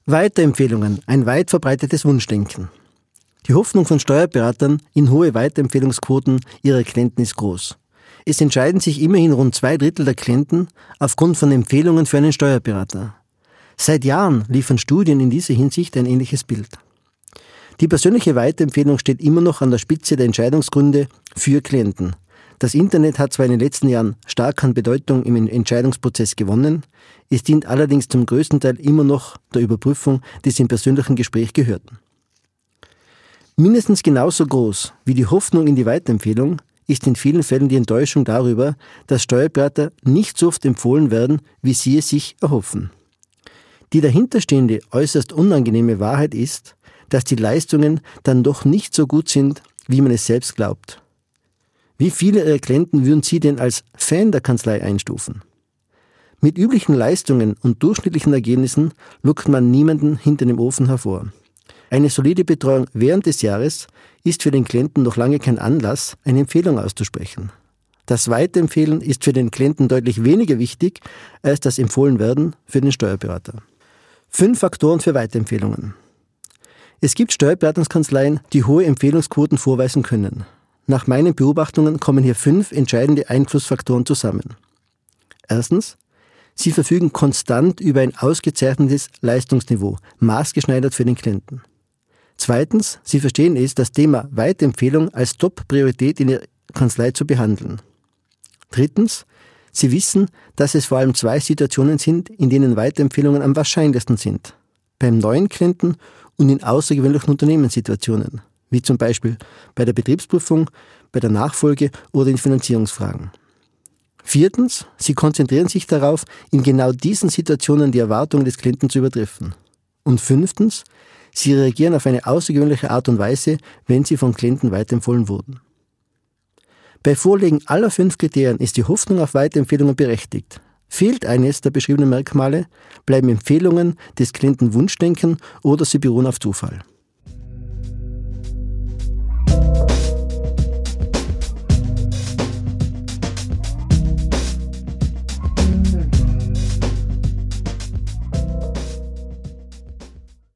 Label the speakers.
Speaker 1: Weiterempfehlungen, ein weit verbreitetes Wunschdenken. Die Hoffnung von Steuerberatern in hohe Weiterempfehlungsquoten ihrer Klienten ist groß. Es entscheiden sich immerhin rund 2/3 der Klienten aufgrund von Empfehlungen für einen Steuerberater. Seit Jahren liefern Studien in dieser Hinsicht ein ähnliches Bild. Die persönliche Weiterempfehlung steht immer noch an der Spitze der Entscheidungsgründe für Klienten. Das Internet hat zwar in den letzten Jahren stark an Bedeutung im Entscheidungsprozess gewonnen, es dient allerdings zum größten Teil immer noch der Überprüfung des im persönlichen Gespräch Gehörten. Mindestens genauso groß wie die Hoffnung in die Weiterempfehlung ist in vielen Fällen die Enttäuschung darüber, dass Steuerberater nicht so oft empfohlen werden, wie sie es sich erhoffen. Die dahinterstehende, äußerst unangenehme Wahrheit ist, dass die Leistungen dann doch nicht so gut sind, wie man es selbst glaubt. Wie viele Ihrer Klienten würden Sie denn als Fan der Kanzlei einstufen? Mit üblichen Leistungen und durchschnittlichen Ergebnissen lockt man niemanden hinter dem Ofen hervor. Eine solide Betreuung während des Jahres ist für den Klienten noch lange kein Anlass, eine Empfehlung auszusprechen. Das Weiterempfehlen ist für den Klienten deutlich weniger wichtig als das Empfohlenwerden für den Steuerberater. 5 Faktoren für Weiterempfehlungen. Es gibt Steuerberatungskanzleien, die hohe Empfehlungsquoten vorweisen können. Nach meinen Beobachtungen kommen hier 5 entscheidende Einflussfaktoren zusammen. Erstens, sie verfügen konstant über ein ausgezeichnetes Leistungsniveau, maßgeschneidert für den Klienten. Zweitens, sie verstehen es, das Thema Weiterempfehlung als Top-Priorität in ihrer Kanzlei zu behandeln. Drittens, sie wissen, dass es vor allem 2 Situationen sind, in denen Weiterempfehlungen am wahrscheinlichsten sind. Beim neuen Klienten und in außergewöhnlichen Unternehmenssituationen, wie zum Beispiel bei der Betriebsprüfung, bei der Nachfolge oder in Finanzierungsfragen. Viertens, sie konzentrieren sich darauf, in genau diesen Situationen die Erwartungen des Klienten zu übertreffen. Und 5, sie reagieren auf eine außergewöhnliche Art und Weise, wenn sie von Klienten weiterempfohlen wurden. Bei Vorliegen aller 5 Kriterien ist die Hoffnung auf Weiterempfehlungen berechtigt. Fehlt eines der beschriebenen Merkmale, bleiben Empfehlungen des Klienten Wunschdenken oder sie beruhen auf Zufall.